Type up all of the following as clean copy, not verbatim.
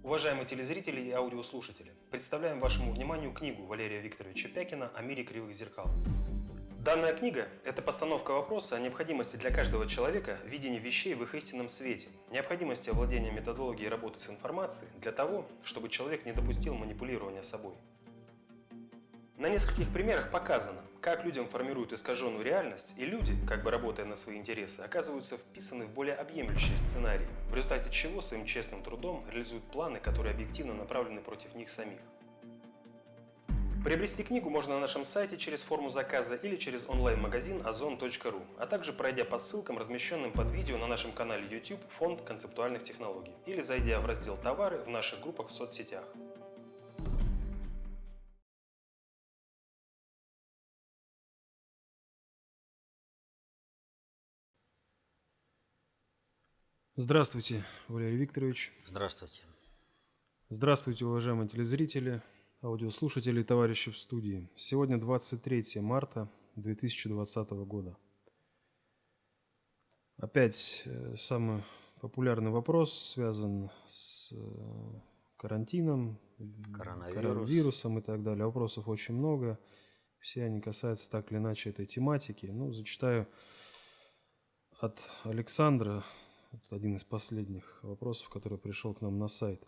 Уважаемые телезрители и аудиослушатели, представляем вашему вниманию книгу Валерия Викторовича Пякина «О мире кривых зеркал». Данная книга – это постановка вопроса о необходимости для каждого человека видения вещей в их истинном свете, необходимости овладения методологией работы с информацией для того, чтобы человек не допустил манипулирования собой. На нескольких примерах показано, как людям формируют искаженную реальность, и люди, как бы работая на свои интересы, оказываются вписаны в более объемлющие сценарии, в результате чего своим честным трудом реализуют планы, которые объективно направлены против них самих. Приобрести книгу можно на нашем сайте через форму заказа или через онлайн-магазин ozon.ru, а также пройдя по ссылкам, размещенным под видео на нашем канале YouTube «Фонд концептуальных технологий» или зайдя в раздел «Товары» в наших группах в соцсетях. Здравствуйте, Валерий Викторович. Здравствуйте. Здравствуйте, уважаемые телезрители, аудиослушатели и товарищи в студии. Сегодня 23 марта 2020 года. Опять самый популярный вопрос связан с карантином, коронавирусом и так далее. Вопросов очень много. Все они касаются так или иначе этой тематики. Зачитаю от Александра. Это один из последних вопросов, который пришел к нам на сайт.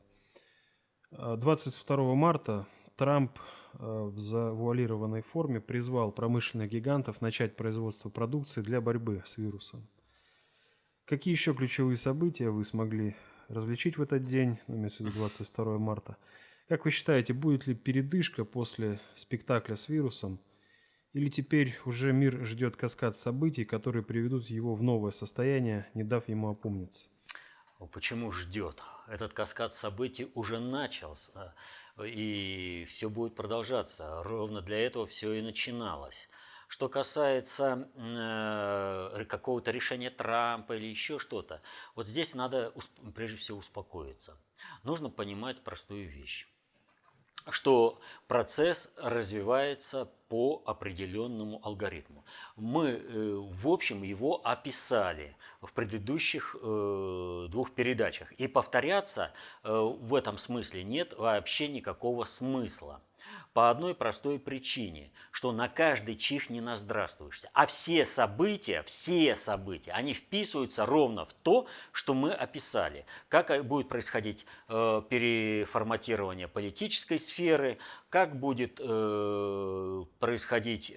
22 марта Трамп в завуалированной форме призвал промышленных гигантов начать производство продукции для борьбы с вирусом. Какие еще ключевые события вы смогли различить в этот день, имеется в виду 22 марта? Как вы считаете, будет ли передышка после спектакля с вирусом? Или теперь уже мир ждет каскад событий, которые приведут его в новое состояние, не дав ему опомниться? Почему ждет? Этот каскад событий уже начался, и все будет продолжаться. Ровно для этого все и начиналось. Что касается какого-то решения Трампа или еще что-то, вот здесь надо прежде всего успокоиться. Нужно понимать простую вещь, что процесс развивается по определенному алгоритму. Мы, в общем, его описали в предыдущих двух передачах. И повторяться в этом смысле нет вообще никакого смысла. По одной простой причине, что на каждый чих не наздравствуешься. А все события, они вписываются ровно в то, что мы описали. Как будет происходить переформатирование политической сферы, как будет происходить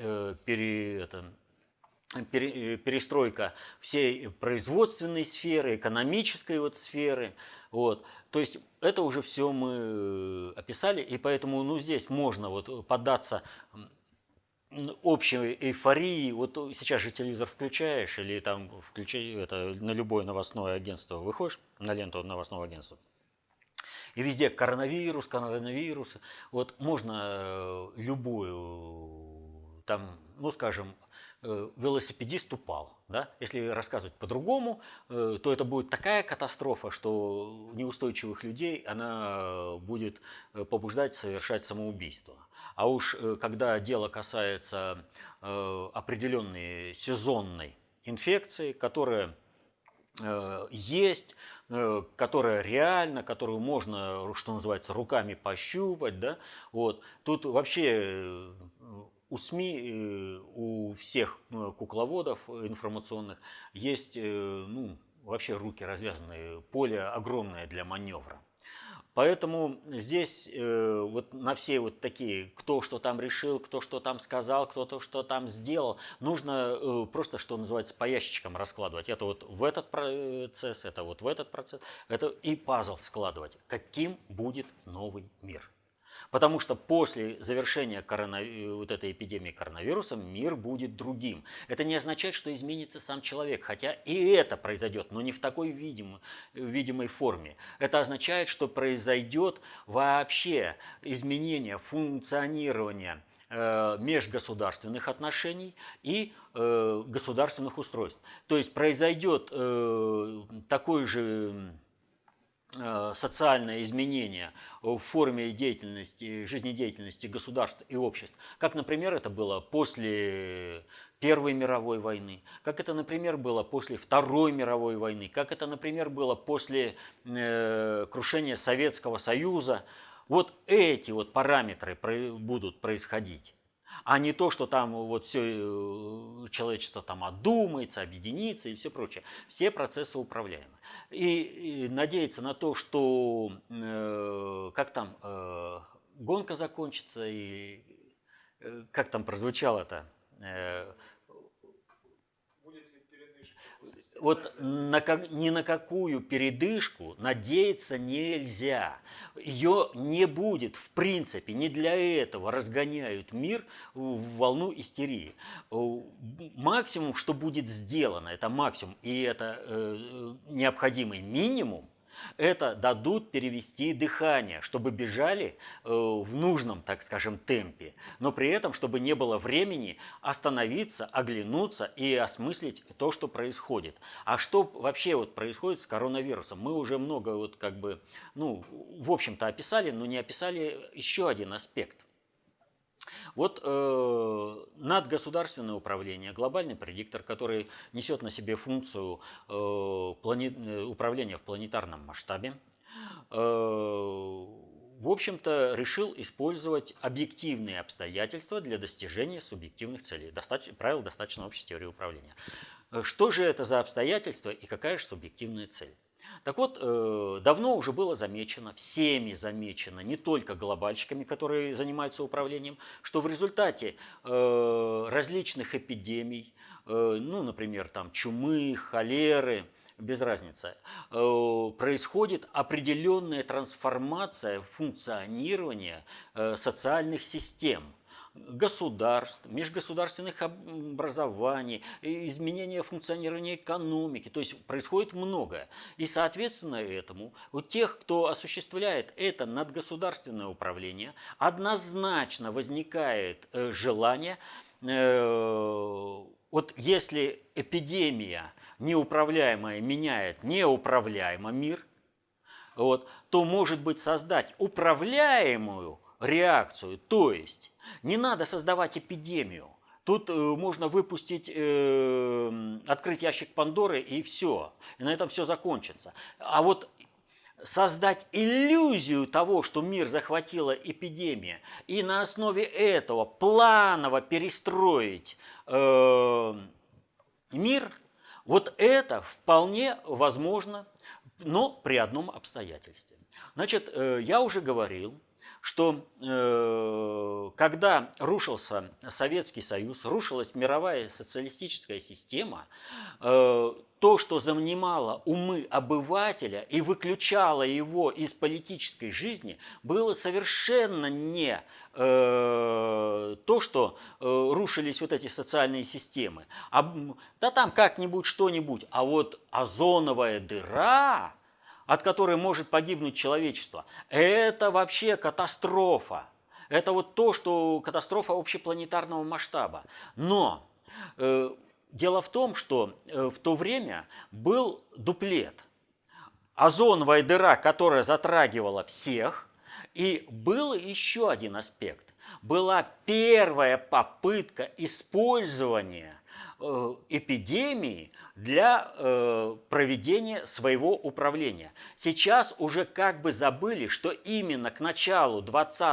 перестройка всей производственной сферы, экономической сферы. То есть это уже все мы описали, и поэтому здесь можно поддаться общей эйфории. Сейчас же телевизор включаешь или на любое новостное агентство выходишь, на ленту новостного агентства, и везде коронавирус. Можно любую, велосипедист упал. Да? Если рассказывать по-другому, то это будет такая катастрофа, что неустойчивых людей она будет побуждать совершать самоубийство. А уж когда дело касается определенной сезонной инфекции, которая есть, которая реальна, которую можно, что называется, руками пощупать, да? Тут вообще у СМИ, у всех кукловодов информационных есть вообще руки развязанные, поле огромное для маневра. Поэтому здесь на все такие, кто что там решил, кто что там сказал, кто-то что там сделал, нужно просто, что называется, по ящичкам раскладывать. Это в этот процесс, это в этот процесс, это и пазл складывать. Каким будет новый мир? Потому что после завершения этой эпидемии коронавирусом мир будет другим. Это не означает, что изменится сам человек, хотя и это произойдет, но не в такой видимой форме. Это означает, что произойдет вообще изменение функционирования межгосударственных отношений и государственных устройств. То есть произойдет такой же социальное изменение в форме деятельности, жизнедеятельности государств и обществ, как, например, это было после Первой мировой войны, как это, например, было после Второй мировой войны, как это, например, было после крушения Советского Союза. Вот эти вот параметры будут происходить. А не то, что там вот все человечество там одумается, объединится и все прочее. Все процессы управляемы. И надеяться на то, что как там гонка закончится, и как там прозвучало-то, вот ни на какую передышку надеяться нельзя. Ее не будет, в принципе, не для этого разгоняют мир в волну истерии. Максимум, что будет сделано, это максимум, и это необходимый минимум, это дадут перевести дыхание, чтобы бежали в нужном, так скажем, темпе, но при этом, чтобы не было времени остановиться, оглянуться и осмыслить то, что происходит. А что вообще вот происходит с коронавирусом? Мы уже много вот как бы, ну, в общем-то описали, но не описали еще один аспект. Вот надгосударственное управление, глобальный предиктор, который несет на себе функцию управления в планетарном масштабе, в общем-то, решил использовать объективные обстоятельства для достижения субъективных целей. Правило достаточно общей теории управления. Что же это за обстоятельства и какая же субъективная цель? Так вот, давно уже было замечено, всеми замечено, не только глобальщиками, которые занимаются управлением, что в результате различных эпидемий, ну, например, там, чумы, холеры, без разницы, происходит определенная трансформация функционирования социальных систем, государств, межгосударственных образований, изменения функционирования экономики. То есть происходит многое. И соответственно этому у тех, кто осуществляет это надгосударственное управление, однозначно возникает желание, вот если эпидемия неуправляемая меняет неуправляемый мир, вот, то, может быть, создать управляемую реакцию, то есть не надо создавать эпидемию. Тут можно выпустить, открыть ящик Пандоры и все. И на этом все закончится. А вот создать иллюзию того, что мир захватила эпидемия, и на основе этого планово перестроить мир, вот это вполне возможно, но при одном обстоятельстве. Значит, я уже говорил, что когда рушился Советский Союз, рушилась мировая социалистическая система, то, что занимало умы обывателя и выключало его из политической жизни, было совершенно не то, что рушились вот эти социальные системы. Да там как-нибудь что-нибудь, а вот озоновая дыра, от которой может погибнуть человечество, это вообще катастрофа. Это вот то, что катастрофа общепланетарного масштаба. Но дело в том, что в то время был дуплет. Озоновая дыра, которая затрагивала всех, и был еще один аспект. Была первая попытка использования эпидемии для проведения своего управления. Сейчас уже как бы забыли, что именно к началу к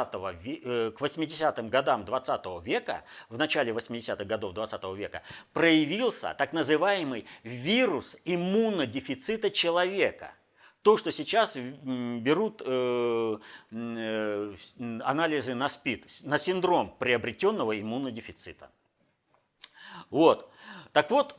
80-м годам 20 века, в начале 80-х годов 20 века, проявился так называемый вирус иммунодефицита человека. То, что сейчас берут анализы на СПИД, на синдром приобретенного иммунодефицита. Вот. Так вот,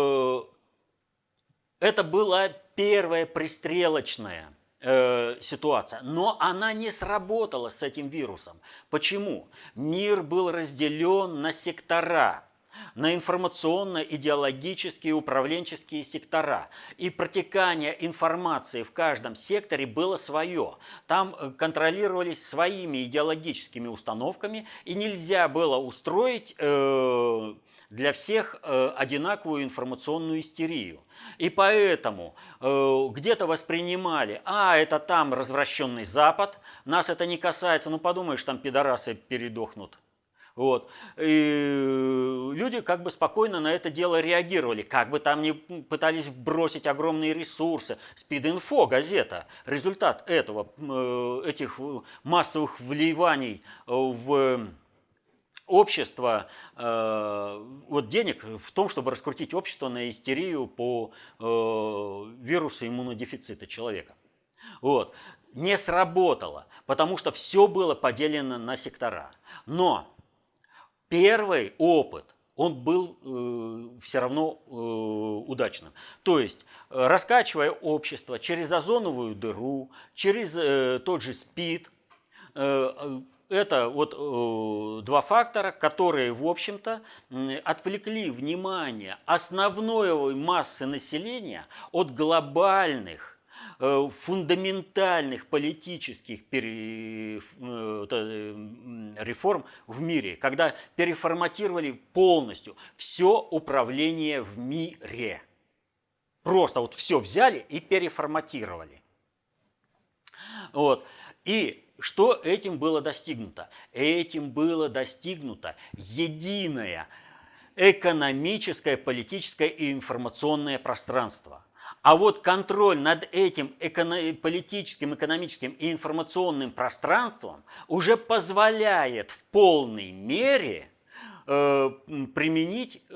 это была первая пристрелочная ситуация, но она не сработала с этим вирусом. Почему? Мир был разделен на сектора. на информационно-идеологические и управленческие сектора. И протекание информации в каждом секторе было свое. Там контролировались своими идеологическими установками, и нельзя было устроить для всех одинаковую информационную истерию. И поэтому где-то воспринимали, это там развращенный Запад, нас это не касается, подумаешь, там пидорасы передохнут. Вот. И люди как бы спокойно на это дело реагировали, как бы там ни пытались вбросить огромные ресурсы. Спид-инфо, газета, результат этих массовых вливаний в общество, денег в том, чтобы раскрутить общество на истерию по вирусу иммунодефицита человека. Вот. Не сработало, потому что все было поделено на сектора. Но первый опыт, он был все равно удачным. То есть, раскачивая общество через озоновую дыру, через тот же СПИД, это два фактора, которые, в общем-то, отвлекли внимание основной массы населения от глобальных, фундаментальных политических реформ в мире, когда переформатировали полностью все управление в мире. Просто все взяли и переформатировали. И что этим было достигнуто? Этим было достигнуто единое экономическое, политическое и информационное пространство. А контроль над этим политическим, экономическим и информационным пространством уже позволяет в полной мере применить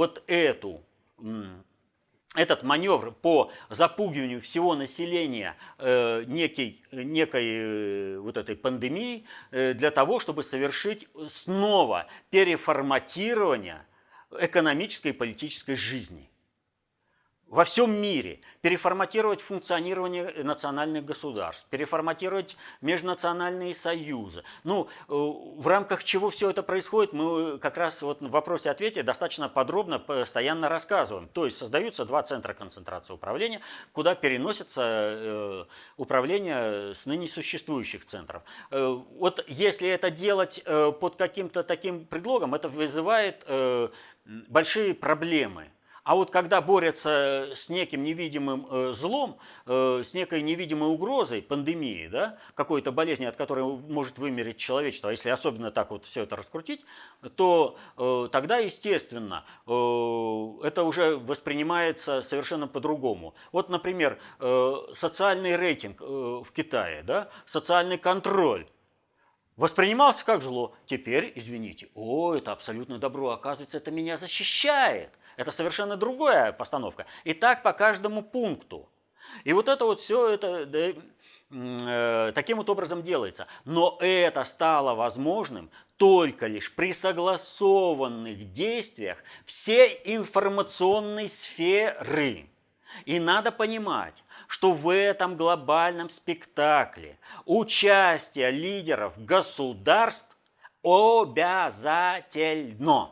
этот маневр по запугиванию всего населения некой этой пандемии для того, чтобы совершить снова переформатирование экономической и политической жизни во всем мире, переформатировать функционирование национальных государств, переформатировать межнациональные союзы. В рамках чего все это происходит, мы как раз в вопросе-ответе достаточно подробно, постоянно рассказываем. То есть создаются 2 центра концентрации управления, куда переносится управление с ныне существующих центров. Если это делать под каким-то таким предлогом, это вызывает большие проблемы. А когда борются с неким невидимым злом, с некой невидимой угрозой пандемии, какой-то болезни, от которой может вымереть человечество, а если особенно так все это раскрутить, то тогда, естественно, это уже воспринимается совершенно по-другому. Например, социальный рейтинг в Китае, социальный контроль воспринимался как зло. Теперь, извините, это абсолютно добро, оказывается, это меня защищает. Это совершенно другая постановка. И так по каждому пункту. И это все это таким образом делается. Но это стало возможным только лишь при согласованных действиях всей информационной сферы. И надо понимать, что в этом глобальном спектакле участие лидеров государств обязательно.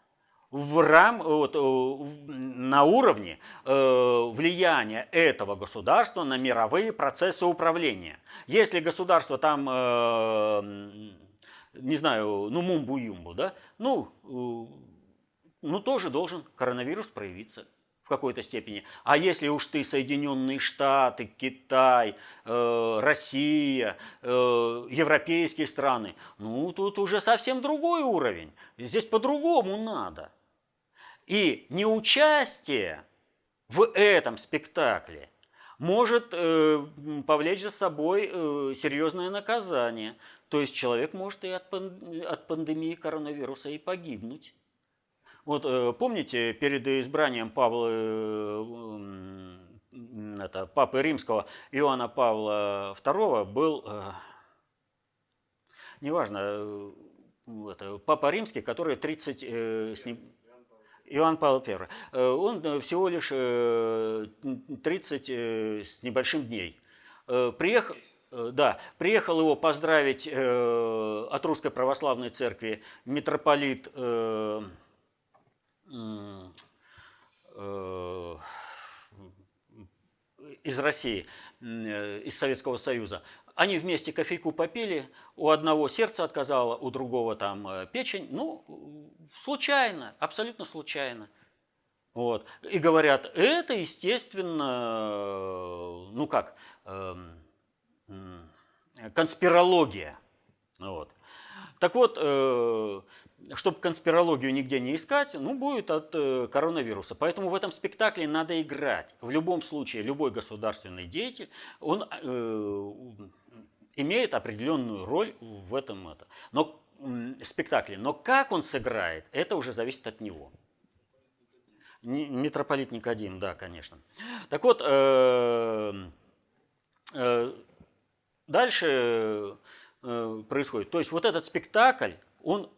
На уровне влияния этого государства на мировые процессы управления. Если государство там, мумбу-юмбу, тоже должен коронавирус проявиться в какой-то степени. А если уж ты Соединенные Штаты, Китай, Россия, европейские страны, тут уже совсем другой уровень. Здесь по-другому надо. И неучастие в этом спектакле может повлечь за собой серьезное наказание. То есть человек может и от пандемии коронавируса и погибнуть. Помните, перед избранием Папы Римского Иоанна Павла II был, Папа Римский, который 30 с ним... Иоанн Павел I. Он всего лишь 30 с небольшим дней. Приехал его поздравить от Русской Православной Церкви митрополит из России, из Советского Союза. Они вместе кофейку попили, у одного сердце отказало, у другого там печень. Ну, случайно, абсолютно случайно. Вот. И говорят, это, естественно, ну как, конспирология. Вот. Так вот, чтобы конспирологию нигде не искать, ну, будет от коронавируса. Поэтому в этом спектакле надо играть. В любом случае, любой государственный деятель, он имеет определенную роль в этом спектакле. Но как он сыграет, это уже зависит от него. Митрополит Никодим, да, конечно. Так вот, дальше происходит. То есть вот этот спектакль, он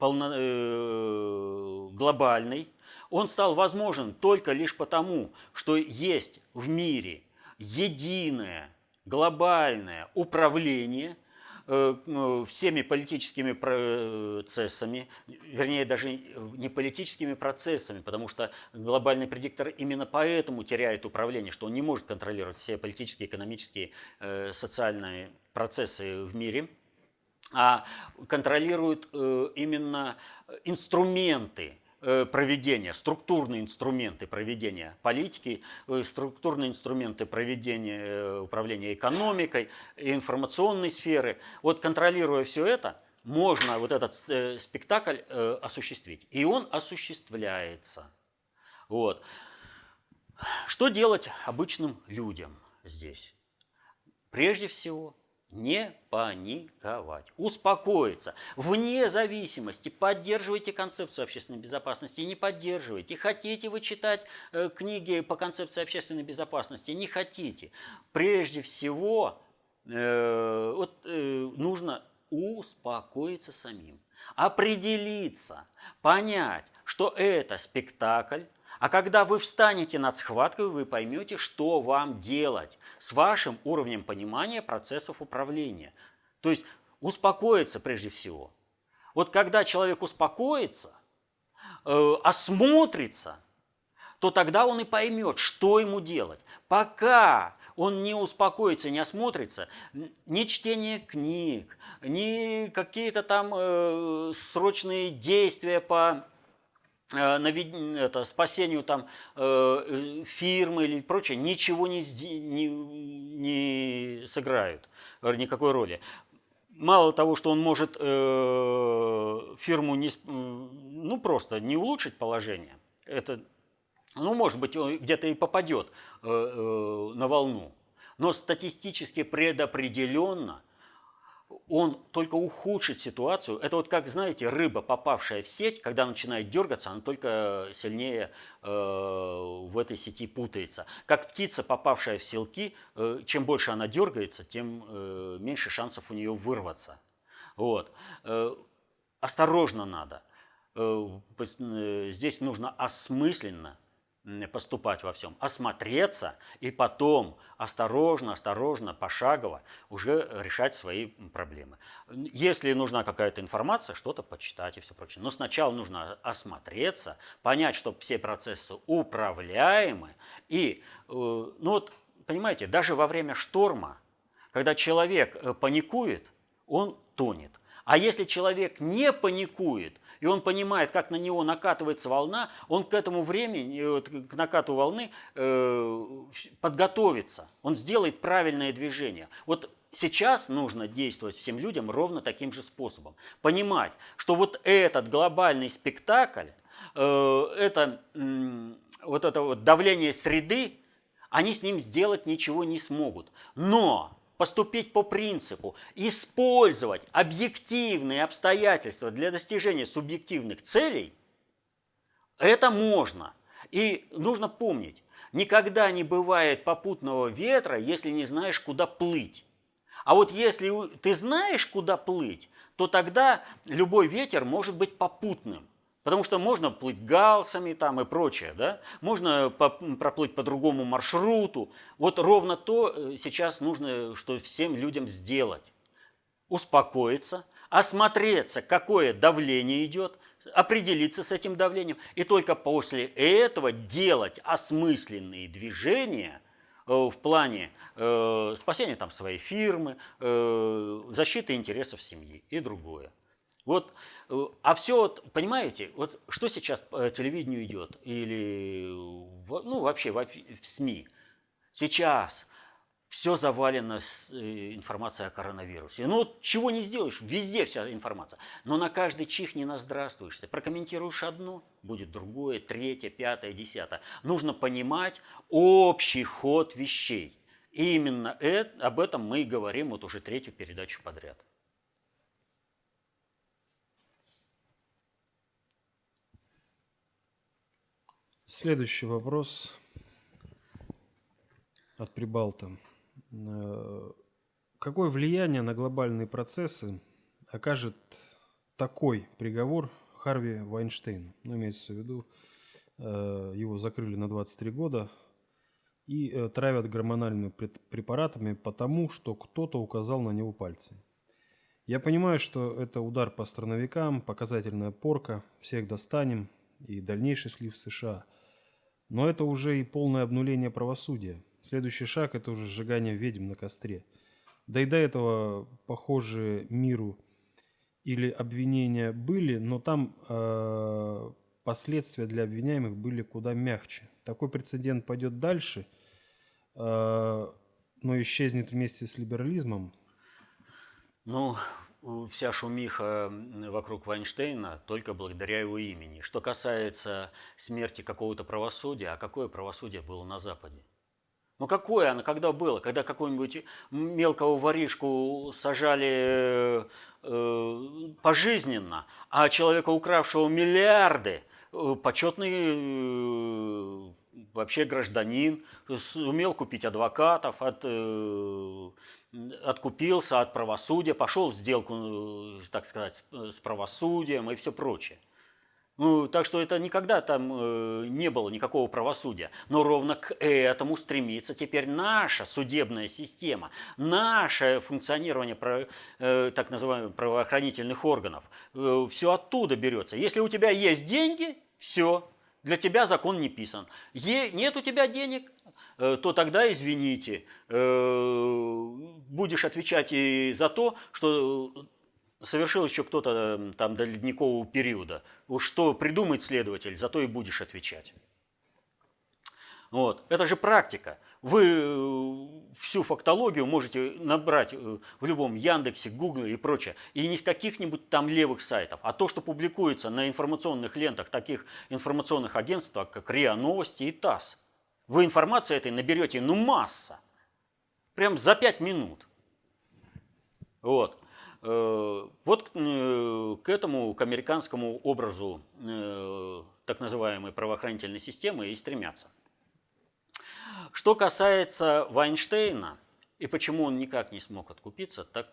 глобальный, он стал возможен только лишь потому, что есть в мире единое глобальное управление всеми политическими процессами, вернее, даже не политическими процессами, потому что глобальный предиктор именно поэтому теряет управление, что он не может контролировать все политические, экономические, социальные процессы в мире, а контролирует именно инструменты проведения, структурные инструменты проведения политики, структурные инструменты проведения управления экономикой, информационной сферы. Вот контролируя все это, можно вот этот спектакль осуществить. И он осуществляется. Вот. Что делать обычным людям здесь? Прежде всего, не паниковать, успокоиться. Вне зависимости, поддерживайте концепцию общественной безопасности, не поддерживайте. Хотите вы читать книги по концепции общественной безопасности, не хотите. Прежде всего, нужно успокоиться самим, определиться, понять, что это спектакль. А когда вы встанете над схваткой, вы поймете, что вам делать с вашим уровнем понимания процессов управления. То есть успокоиться прежде всего. Вот когда человек успокоится, осмотрится, то тогда он и поймет, что ему делать. Пока он не успокоится, не осмотрится, ни чтение книг, ни какие-то там срочные действия по спасению там, фирмы или прочее, ничего не сыграют, никакой роли. Мало того, что он может фирму просто не улучшить положение, это, может быть, где-то и попадет на волну, но статистически предопределенно он только ухудшит ситуацию. Это вот как, знаете, рыба, попавшая в сеть, когда начинает дергаться, она только сильнее в этой сети путается. Как птица, попавшая в селки, чем больше она дергается, тем меньше шансов у нее вырваться. Вот. Осторожно надо. Здесь нужно осмысленно поступать во всем, осмотреться и потом осторожно, пошагово уже решать свои проблемы. Если нужна какая-то информация, что-то почитать и все прочее. Но сначала нужно осмотреться, понять, что все процессы управляемы. И, понимаете, даже во время шторма, когда человек паникует, он тонет. А если человек не паникует, и он понимает, как на него накатывается волна, он к этому времени, к накату волны подготовится, он сделает правильное движение. Вот сейчас нужно действовать всем людям ровно таким же способом. Понимать, что вот этот глобальный спектакль, это давление среды, они с ним сделать ничего не смогут. Но поступить по принципу, использовать объективные обстоятельства для достижения субъективных целей, это можно. И нужно помнить, никогда не бывает попутного ветра, если не знаешь, куда плыть. А вот если ты знаешь, куда плыть, то тогда любой ветер может быть попутным. Потому что можно плыть галсами там и прочее, да? Можно проплыть по другому маршруту. Вот ровно то сейчас нужно, что всем людям сделать. Успокоиться, осмотреться, какое давление идет, определиться с этим давлением, и только после этого делать осмысленные движения в плане спасения там, своей фирмы, защиты интересов семьи и другое. Вот, а все, вот, понимаете, вот что сейчас по телевидению идет или ну, вообще в СМИ? Сейчас все завалено информацией о коронавирусе. Ну, чего не сделаешь, везде вся информация. Но на каждый чих не наздравствуешься. Прокомментируешь одно, будет другое, третье, пятое, десятое. Нужно понимать общий ход вещей. И именно об этом мы и говорим вот уже третью передачу подряд. Следующий вопрос от Прибалта. Какое влияние на глобальные процессы окажет такой приговор Харви Вайнштейну? Ну, имеется в виду, его закрыли на 23 года и травят гормональными препаратами потому, что кто-то указал на него пальцем. Я понимаю, что это удар по страновикам, показательная порка, всех достанем и дальнейший слив в США. Но это уже и полное обнуление правосудия. Следующий шаг – это уже сжигание ведьм на костре. Да и до этого похожие миру или обвинения были, но там последствия для обвиняемых были куда мягче. Такой прецедент пойдет дальше, но исчезнет вместе с либерализмом. Ну, вся шумиха вокруг Вайнштейна только благодаря его имени. Что касается смерти какого-то правосудия, а какое правосудие было на Западе? Ну какое оно, когда было? Когда какого-нибудь мелкого воришку сажали пожизненно, а человека, укравшего миллиарды, почетный вообще гражданин, сумел купить адвокатов, откупился от правосудия, пошел в сделку, так сказать, с правосудием и все прочее. Ну, так что это никогда там не было никакого правосудия. Но ровно к этому стремится теперь наша судебная система, наше функционирование так называемых правоохранительных органов. Все оттуда берется. Если у тебя есть деньги, все, для тебя закон не писан. Нет у тебя денег, то тогда, извините, будешь отвечать и за то, что совершил еще кто-то там до ледникового периода. Что придумает следователь, зато и будешь отвечать. Вот. Это же практика. Вы всю фактологию можете набрать в любом Яндексе, Гугле и прочее. И не с каких-нибудь там левых сайтов, а то, что публикуется на информационных лентах таких информационных агентств, как РИА Новости и ТАСС. Вы информации этой наберете, масса. Прям за 5 минут. Вот. Вот к этому, к американскому образу так называемой правоохранительной системы и стремятся. Что касается Вайнштейна, и почему он никак не смог откупиться, так,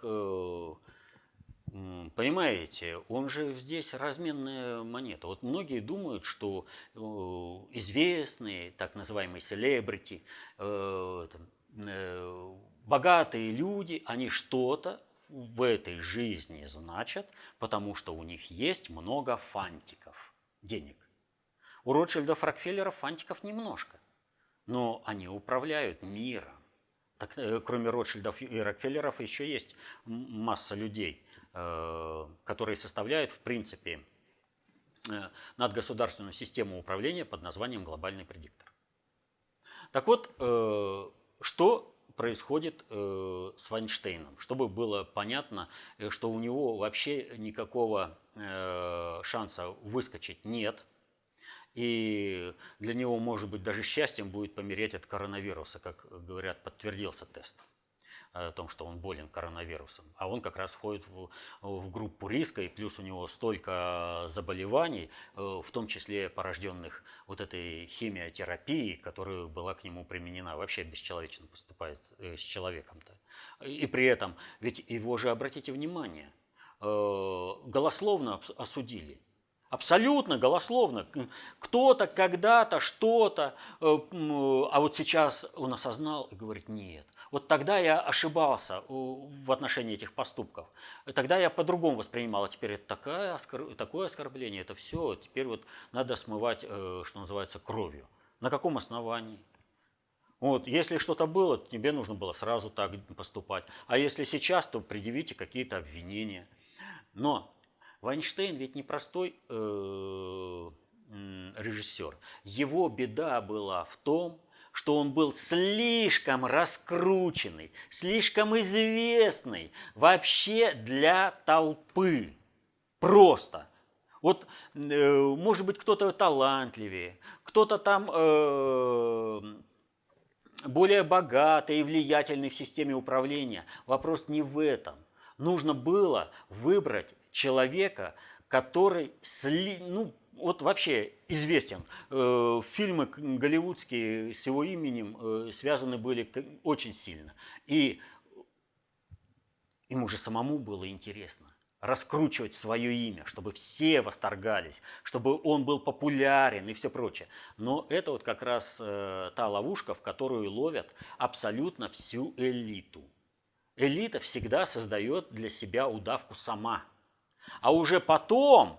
понимаете, он же здесь разменная монета. Вот многие думают, что известные, так называемые селебрити, богатые люди, они что-то в этой жизни значат, потому что у них есть много фантиков, денег. У Ротшильдов, Рокфеллеров фантиков немножко, но они управляют миром. Так, кроме Ротшильдов и Рокфеллеров еще есть масса людей, которые составляют, в принципе, надгосударственную систему управления под названием глобальный предиктор. Так вот, что происходит с Вайнштейном, чтобы было понятно, что у него вообще никакого шанса выскочить нет. И для него, может быть, даже счастьем будет помереть от коронавируса, как говорят, подтвердился тест о том, что он болен коронавирусом. А он как раз входит в группу риска, и плюс у него столько заболеваний, в том числе порожденных вот этой химиотерапией, которая была к нему применена. Вообще бесчеловечно поступает с человеком-то. И при этом, ведь его же, обратите внимание, голословно осудили. Абсолютно голословно. Кто-то, когда-то, что-то. А вот сейчас он осознал и говорит: нет, Вот тогда я ошибался в отношении этих поступков. Тогда я по-другому воспринимал. А теперь это такое оскорбление, это все. Теперь вот надо смывать, что называется, кровью. На каком основании? Вот, если что-то было, то тебе нужно было сразу так поступать. А если сейчас, то предъявите какие-то обвинения. Но Вайнштейн ведь не простой режиссер. Его беда была в том, что он был слишком раскрученный, слишком известный вообще для толпы. Просто. Вот, может быть, кто-то талантливее, кто-то там более богатый и влиятельный в системе управления. Вопрос не в этом. Нужно было выбрать человека, который вот вообще известен. Фильмы голливудские с его именем связаны были очень сильно. И ему же самому было интересно раскручивать свое имя, чтобы все восторгались, чтобы он был популярен и все прочее. Но это вот как раз та ловушка, в которую ловят абсолютно всю элиту. Элита всегда создает для себя удавку сама. А уже потом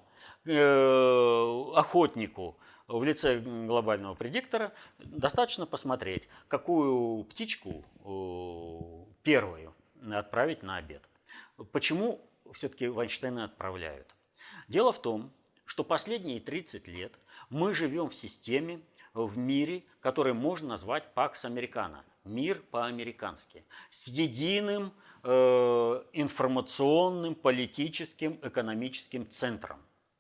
охотнику в лице глобального предиктора достаточно посмотреть, какую птичку первую отправить на обед. Почему все-таки Вайнштейна отправляют? Дело в том, что последние 30 лет мы живем в системе, в мире, который можно назвать Pax Americana, мир по-американски, с единым информационным, политическим, экономическим центром.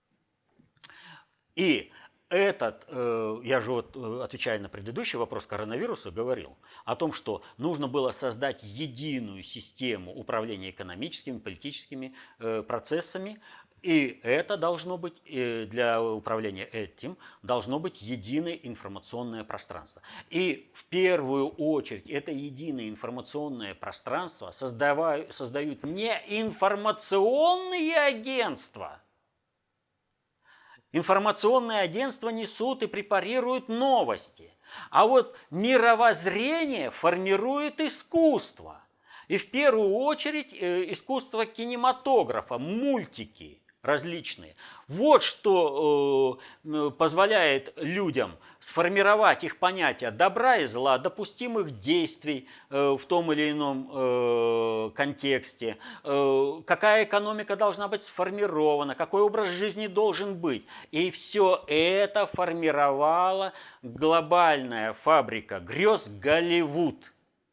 И я же вот, отвечая на предыдущий вопрос коронавируса, говорил о том, что нужно было создать единую систему управления экономическими, политическими процессами, и это должно быть, для управления этим, должно быть единое информационное пространство. И в первую очередь это единое информационное пространство создают не информационные агентства. Информационные агентства несут и препарируют новости. А вот мировоззрение формирует искусство. И в первую очередь искусство кинематографа, мультики различные. Вот что позволяет людям сформировать их понятие добра и зла, допустимых действий в том или ином контексте, какая экономика должна быть сформирована, какой образ жизни должен быть. И все это формировала глобальная фабрика грез Голливуд.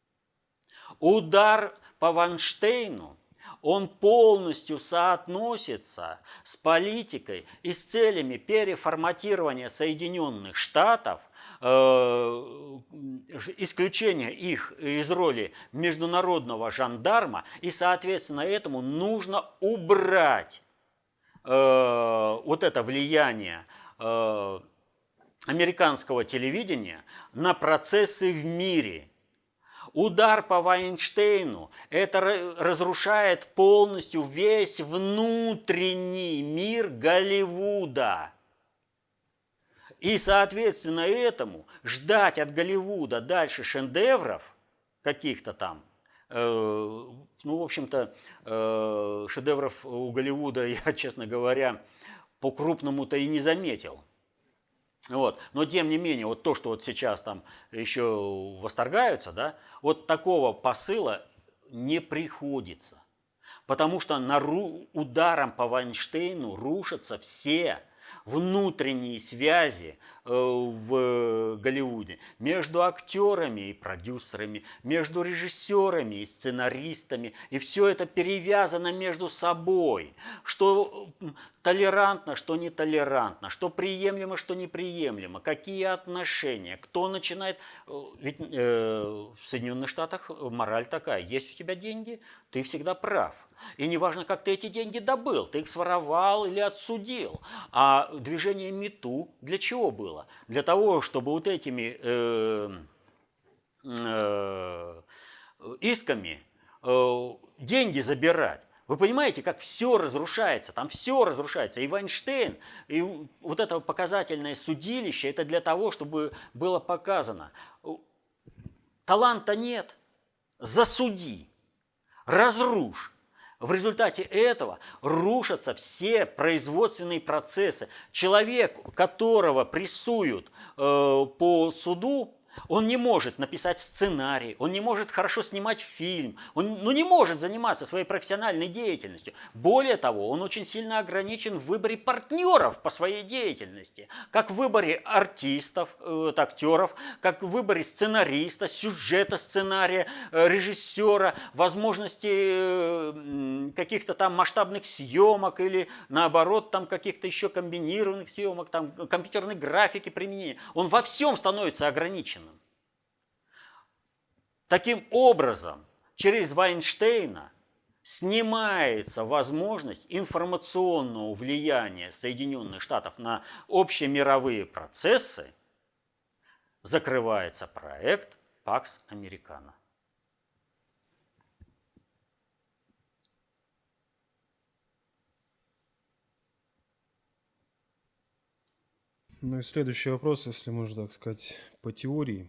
Удар по Вайнштейну, он полностью соотносится с политикой и с целями переформатирования Соединенных Штатов, исключения их из роли международного жандарма, и, соответственно, этому нужно убрать вот это влияние американского телевидения на процессы в мире. Удар по Вайнштейну – это разрушает полностью весь внутренний мир Голливуда. И, соответственно, этому ждать от Голливуда дальше шедевров каких-то там, в общем-то, шедевров у Голливуда я, честно говоря, по-крупному-то и не заметил. Вот. Но тем не менее, вот то, что вот сейчас там еще восторгаются, да, вот такого посыла не приходится. Потому что ударом по Вайнштейну рушатся все внутренние связи в Голливуде между актерами и продюсерами, между режиссерами и сценаристами. И все это перевязано между собой. Что толерантно, что нетолерантно, что приемлемо, что неприемлемо, какие отношения, кто начинает... Ведь в Соединенных Штатах мораль такая: есть у тебя деньги, ты всегда прав. И неважно, как ты эти деньги добыл, ты их своровал или отсудил. А движение МИТУ для чего было? Для того, чтобы вот этими исками деньги забирать. Вы понимаете, как все разрушается, там все разрушается. И Вайнштейн, и вот это показательное судилище, это для того, чтобы было показано. Таланта нет, засуди, разрушь. В результате этого рушатся все производственные процессы. Человек, которого прессуют по суду, он не может написать сценарий, он не может хорошо снимать фильм, он не может заниматься своей профессиональной деятельностью. Более того, он очень сильно ограничен в выборе партнеров по своей деятельности, как в выборе артистов, актеров, как в выборе сценариста, сюжета сценария, режиссера, возможности каких-то там масштабных съемок или наоборот там каких-то еще комбинированных съемок, там компьютерной графики применения. Он во всем становится ограниченным. Таким образом, через Вайнштейна снимается возможность информационного влияния Соединенных Штатов на общемировые процессы, закрывается проект Pax Americana. Ну и следующий вопрос, если можно так сказать, по теории.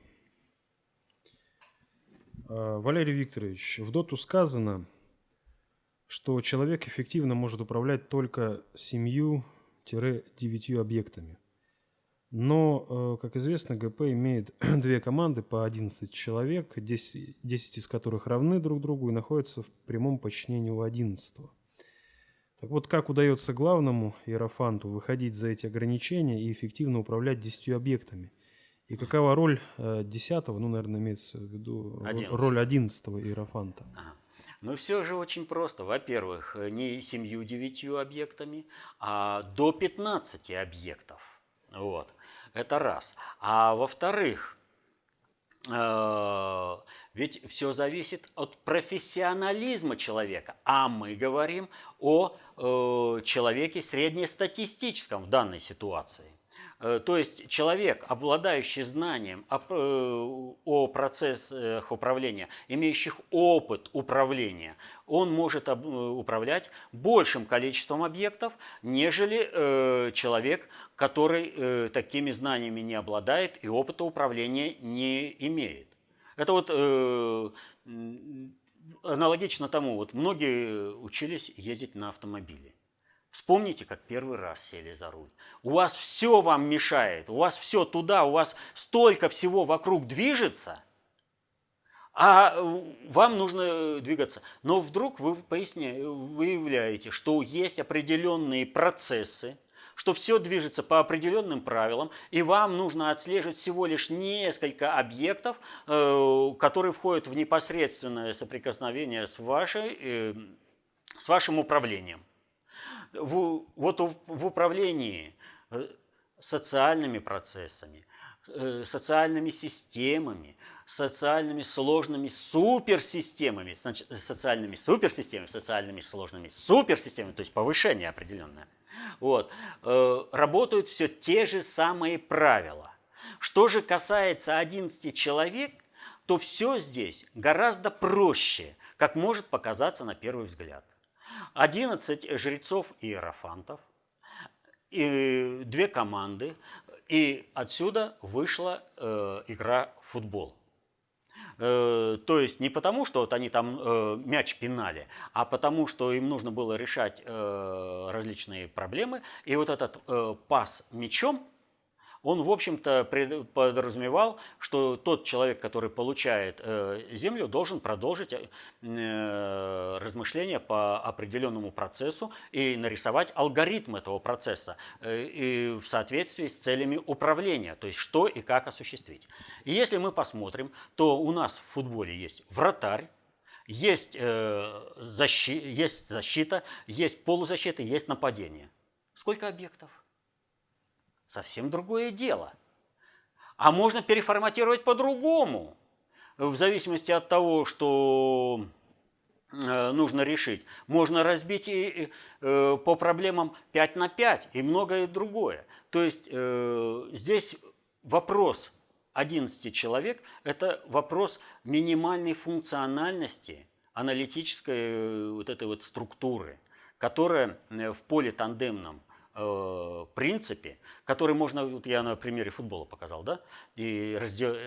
Валерий Викторович, в доту сказано, что человек эффективно может управлять только 7-9 объектами. Но, как известно, ГП имеет 2 команды по 11 человек, 10 из которых равны друг другу и находятся в прямом подчинении у 11-го. Так вот, как удается главному иерофанту выходить за эти ограничения и эффективно управлять 10 объектами? И какова роль 10-го, ну, наверное, имеется в виду 11. роль 11-го иерофанта? Но все же очень просто. Во-первых, не 7-9 объектами, а до 15 объектов. Вот. Это раз. А во-вторых, ведь все зависит от профессионализма человека. А мы говорим о человеке среднестатистическом в данной ситуации. То есть человек, обладающий знанием о процессах управления, имеющих опыт управления, он может управлять большим количеством объектов, нежели человек, который такими знаниями не обладает и опыта управления не имеет. Это вот аналогично тому, вот многие учились ездить на автомобиле. Вспомните, как первый раз сели за руль. У вас все вам мешает, у вас все туда, у вас столько всего вокруг движется, а вам нужно двигаться. Но вдруг вы выявляете, что есть определенные процессы, что все движется по определенным правилам, и вам нужно отслеживать всего лишь несколько объектов, которые входят в непосредственное соприкосновение с вашим управлением. Вот в управлении социальными процессами, социальными системами, социальными сложными суперсистемами, значит, социальными сложными суперсистемами, то есть повышение определенное, вот, работают все те же самые правила. Что же касается 11 человек, то все здесь гораздо проще, как может показаться на первый взгляд. 11 жрецов-иерофантов, 2 команды, и отсюда вышла игра в футбол. То есть не потому, что вот они там мяч пинали, а потому, что им нужно было решать различные проблемы. И вот этот пас мячом, он, в общем-то, подразумевал, что тот человек, который получает землю, должен продолжить размышления по определенному процессу и нарисовать алгоритм этого процесса и в соответствии с целями управления, то есть что и как осуществить. И если мы посмотрим, то у нас в футболе есть вратарь, есть защита, есть полузащита, есть нападение. Сколько объектов? Совсем другое дело. А можно переформатировать по-другому, в зависимости от того, что нужно решить. Можно разбить по проблемам 5 на 5 и многое другое. То есть здесь вопрос 11 человек – это вопрос минимальной функциональности аналитической вот этой вот структуры, которая в поле тандемном принципе, который можно, вот я на примере футбола показал, да, и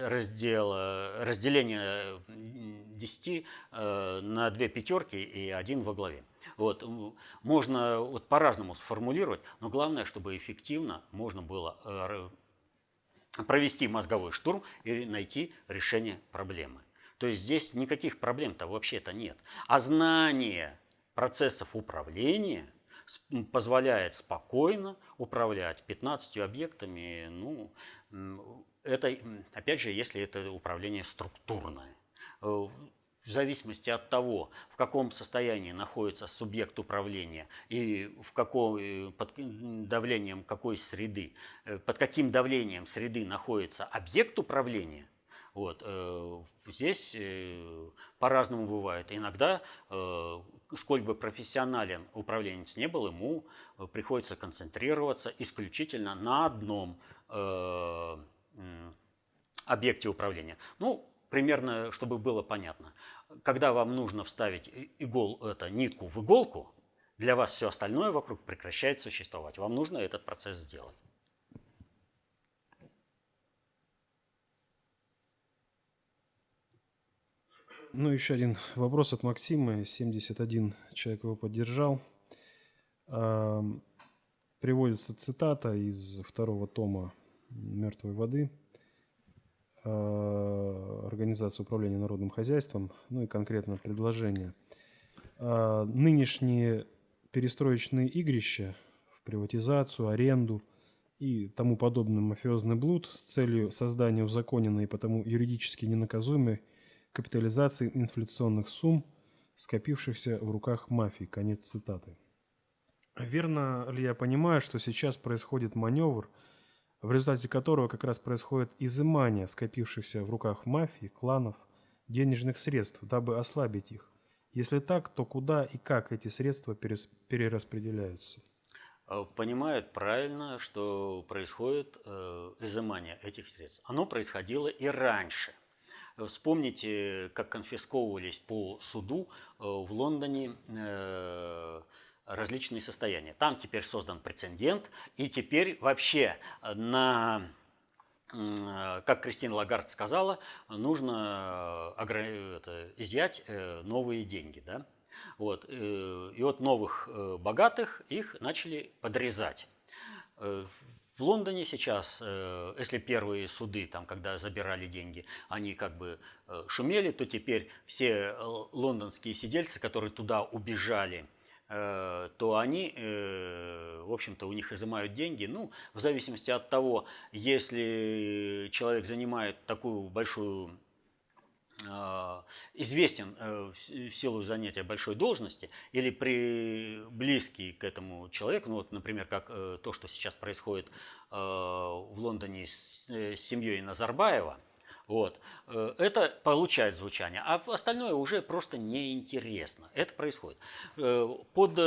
разделение 10 на 2 пятерки и 1 во главе. Вот, можно вот по-разному сформулировать, но главное, чтобы эффективно можно было провести мозговой штурм и найти решение проблемы. То есть здесь никаких проблем-то вообще-то нет. А знание процессов управления позволяет спокойно управлять 15 объектами. Ну, это, опять же, если это управление структурное. В зависимости от того, в каком состоянии находится субъект управления и под давлением какой среды, под каким давлением среды находится объект управления, вот, здесь по-разному бывает. Иногда, сколь бы профессионален управленец не был, ему приходится концентрироваться исключительно на одном объекте управления. Ну, примерно, чтобы было понятно. Когда вам нужно вставить нитку в иголку, для вас все остальное вокруг прекращает существовать. Вам нужно этот процесс сделать. Ну, еще один вопрос от Максима. 71 человек его поддержал. Приводится цитата из 2-го тома «Мертвой воды», Организации управления народным хозяйством, ну и конкретно предложение. Нынешние перестроечные игрища в приватизацию, аренду и тому подобный мафиозный блуд с целью создания узаконенной и потому юридически ненаказуемой капитализации инфляционных сумм, скопившихся в руках мафии. Конец цитаты. Верно ли я понимаю, что сейчас происходит маневр, в результате которого как раз происходит изымание скопившихся в руках мафии, кланов, денежных средств, дабы ослабить их? Если так, то куда и как эти средства перераспределяются? Понимают правильно, что происходит изымание этих средств. Оно происходило и раньше. Вспомните, как конфисковывались по суду в Лондоне различные состояния. Там теперь создан прецедент, и теперь вообще как Кристин Лагард сказала, нужно изъять новые деньги. Да? Вот. И от новых богатых их начали подрезать. В Лондоне сейчас, если первые суды, там, когда забирали деньги, они как бы шумели, то теперь все лондонские сидельцы, которые туда убежали, то они, в общем-то, у них изымают деньги. Ну, в зависимости от того, если человек занимает такую большую, известен в силу занятия большой должности или близкий к этому человеку, ну вот, например, как то, что сейчас происходит в Лондоне с семьей Назарбаева, вот, это получает звучание, а остальное уже просто неинтересно. Это происходит. Под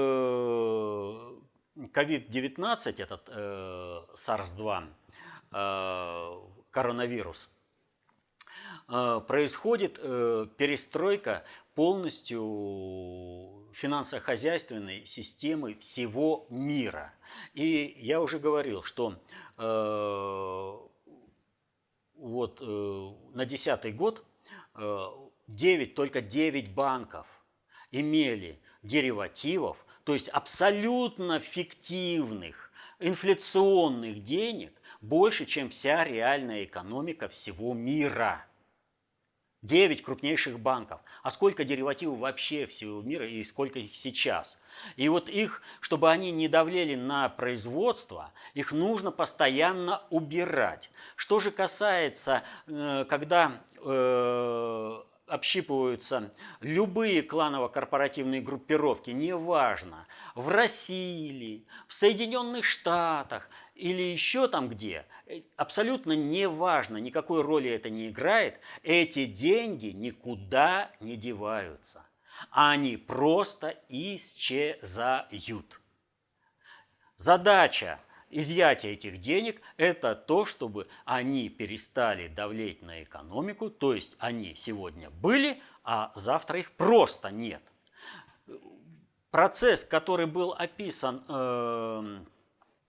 COVID-19, этот SARS-2, коронавирус, происходит перестройка полностью финансово-хозяйственной системы всего мира. И я уже говорил, что вот на 2010 год только 9 банков имели деривативов, то есть абсолютно фиктивных инфляционных денег больше, чем вся реальная экономика всего мира. 9 крупнейших банков. А сколько деривативов вообще всего мира и сколько их сейчас? И вот их, чтобы они не давлели на производство, их нужно постоянно убирать. Что же касается, когда общипываются любые кланово-корпоративные группировки, неважно, в России, в Соединенных Штатах или еще там где, абсолютно неважно, никакой роли это не играет, эти деньги никуда не деваются. Они просто исчезают. Задача изъятия этих денег – это то, чтобы они перестали давлеть на экономику, то есть они сегодня были, а завтра их просто нет. Процесс, который был описан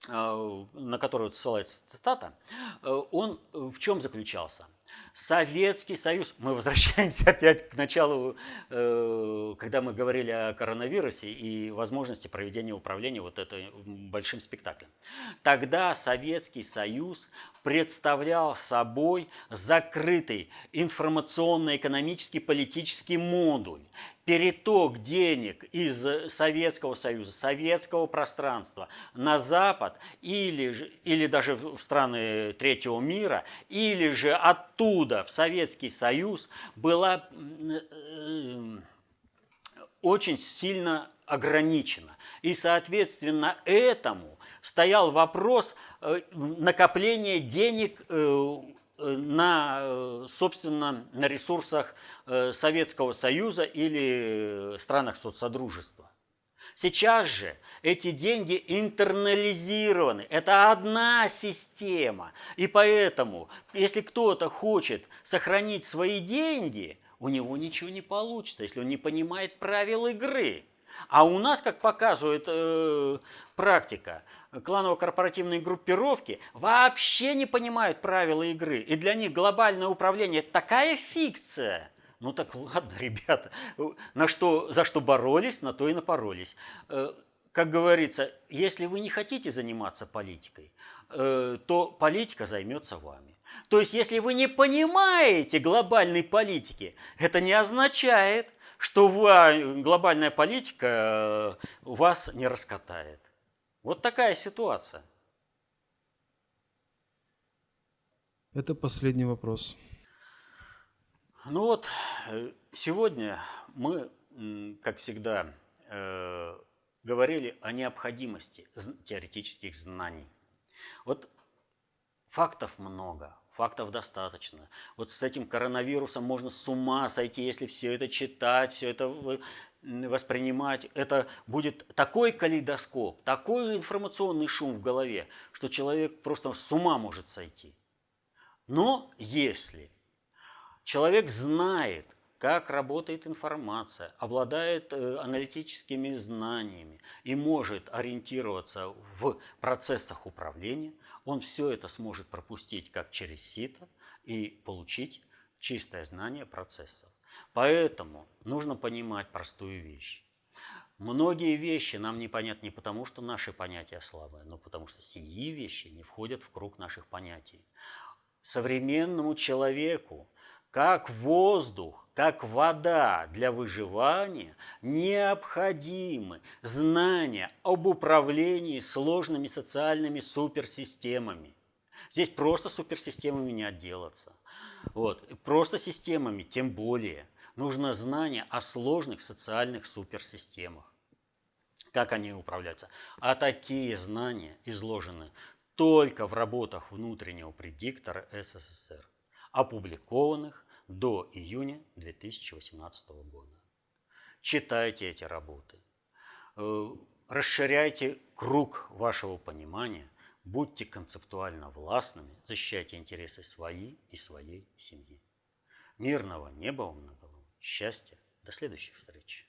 на который вот ссылается цитата, он в чем заключался? Советский Союз, мы возвращаемся опять к началу, когда мы говорили о коронавирусе и возможности проведения управления вот этим большим спектаклем. Тогда Советский Союз представлял собой закрытый информационно-экономический политический модуль, переток денег из Советского Союза, советского пространства на Запад или даже в страны третьего мира, или же оттуда в Советский Союз была очень сильно ограничена. И, соответственно, этому стоял вопрос накопления денег собственно, на ресурсах Советского Союза или странах соцсодружества. Сейчас же эти деньги интернализированы. Это одна система. И поэтому, если кто-то хочет сохранить свои деньги, у него ничего не получится, если он не понимает правил игры. А у нас, как показывает практика, кланово-корпоративные группировки вообще не понимают правила игры. И для них глобальное управление – это такая фикция. Ну так ладно, ребята, за что боролись, на то и напоролись. Как говорится, если вы не хотите заниматься политикой, то политика займется вами. То есть, если вы не понимаете глобальной политики, это не означает, что глобальная политика вас не раскатает. Вот такая ситуация. Это последний вопрос. Ну вот, сегодня мы, как всегда, говорили о необходимости теоретических знаний. Вот фактов много, фактов достаточно. Вот с этим коронавирусом можно с ума сойти, если все это читать, все это воспринимать. Это будет такой калейдоскоп, такой информационный шум в голове, что человек просто с ума может сойти. Но если человек знает, как работает информация, обладает аналитическими знаниями и может ориентироваться в процессах управления, он все это сможет пропустить как через сито и получить чистое знание процессов. Поэтому нужно понимать простую вещь. Многие вещи нам непонятны не потому, что наши понятия слабые, но потому что сии вещи не входят в круг наших понятий. Современному человеку, как воздух, как вода для выживания, необходимы знания об управлении сложными социальными суперсистемами. Здесь просто суперсистемами не отделаться. Просто системами, тем более, нужно знание о сложных социальных суперсистемах. Как они управляются? А такие знания изложены только в работах внутреннего предиктора СССР, опубликованных до июня 2018 года. Читайте эти работы, расширяйте круг вашего понимания, будьте концептуально властными, защищайте интересы свои и своей семьи. Мирного неба вам на голову, счастья, до следующих встреч.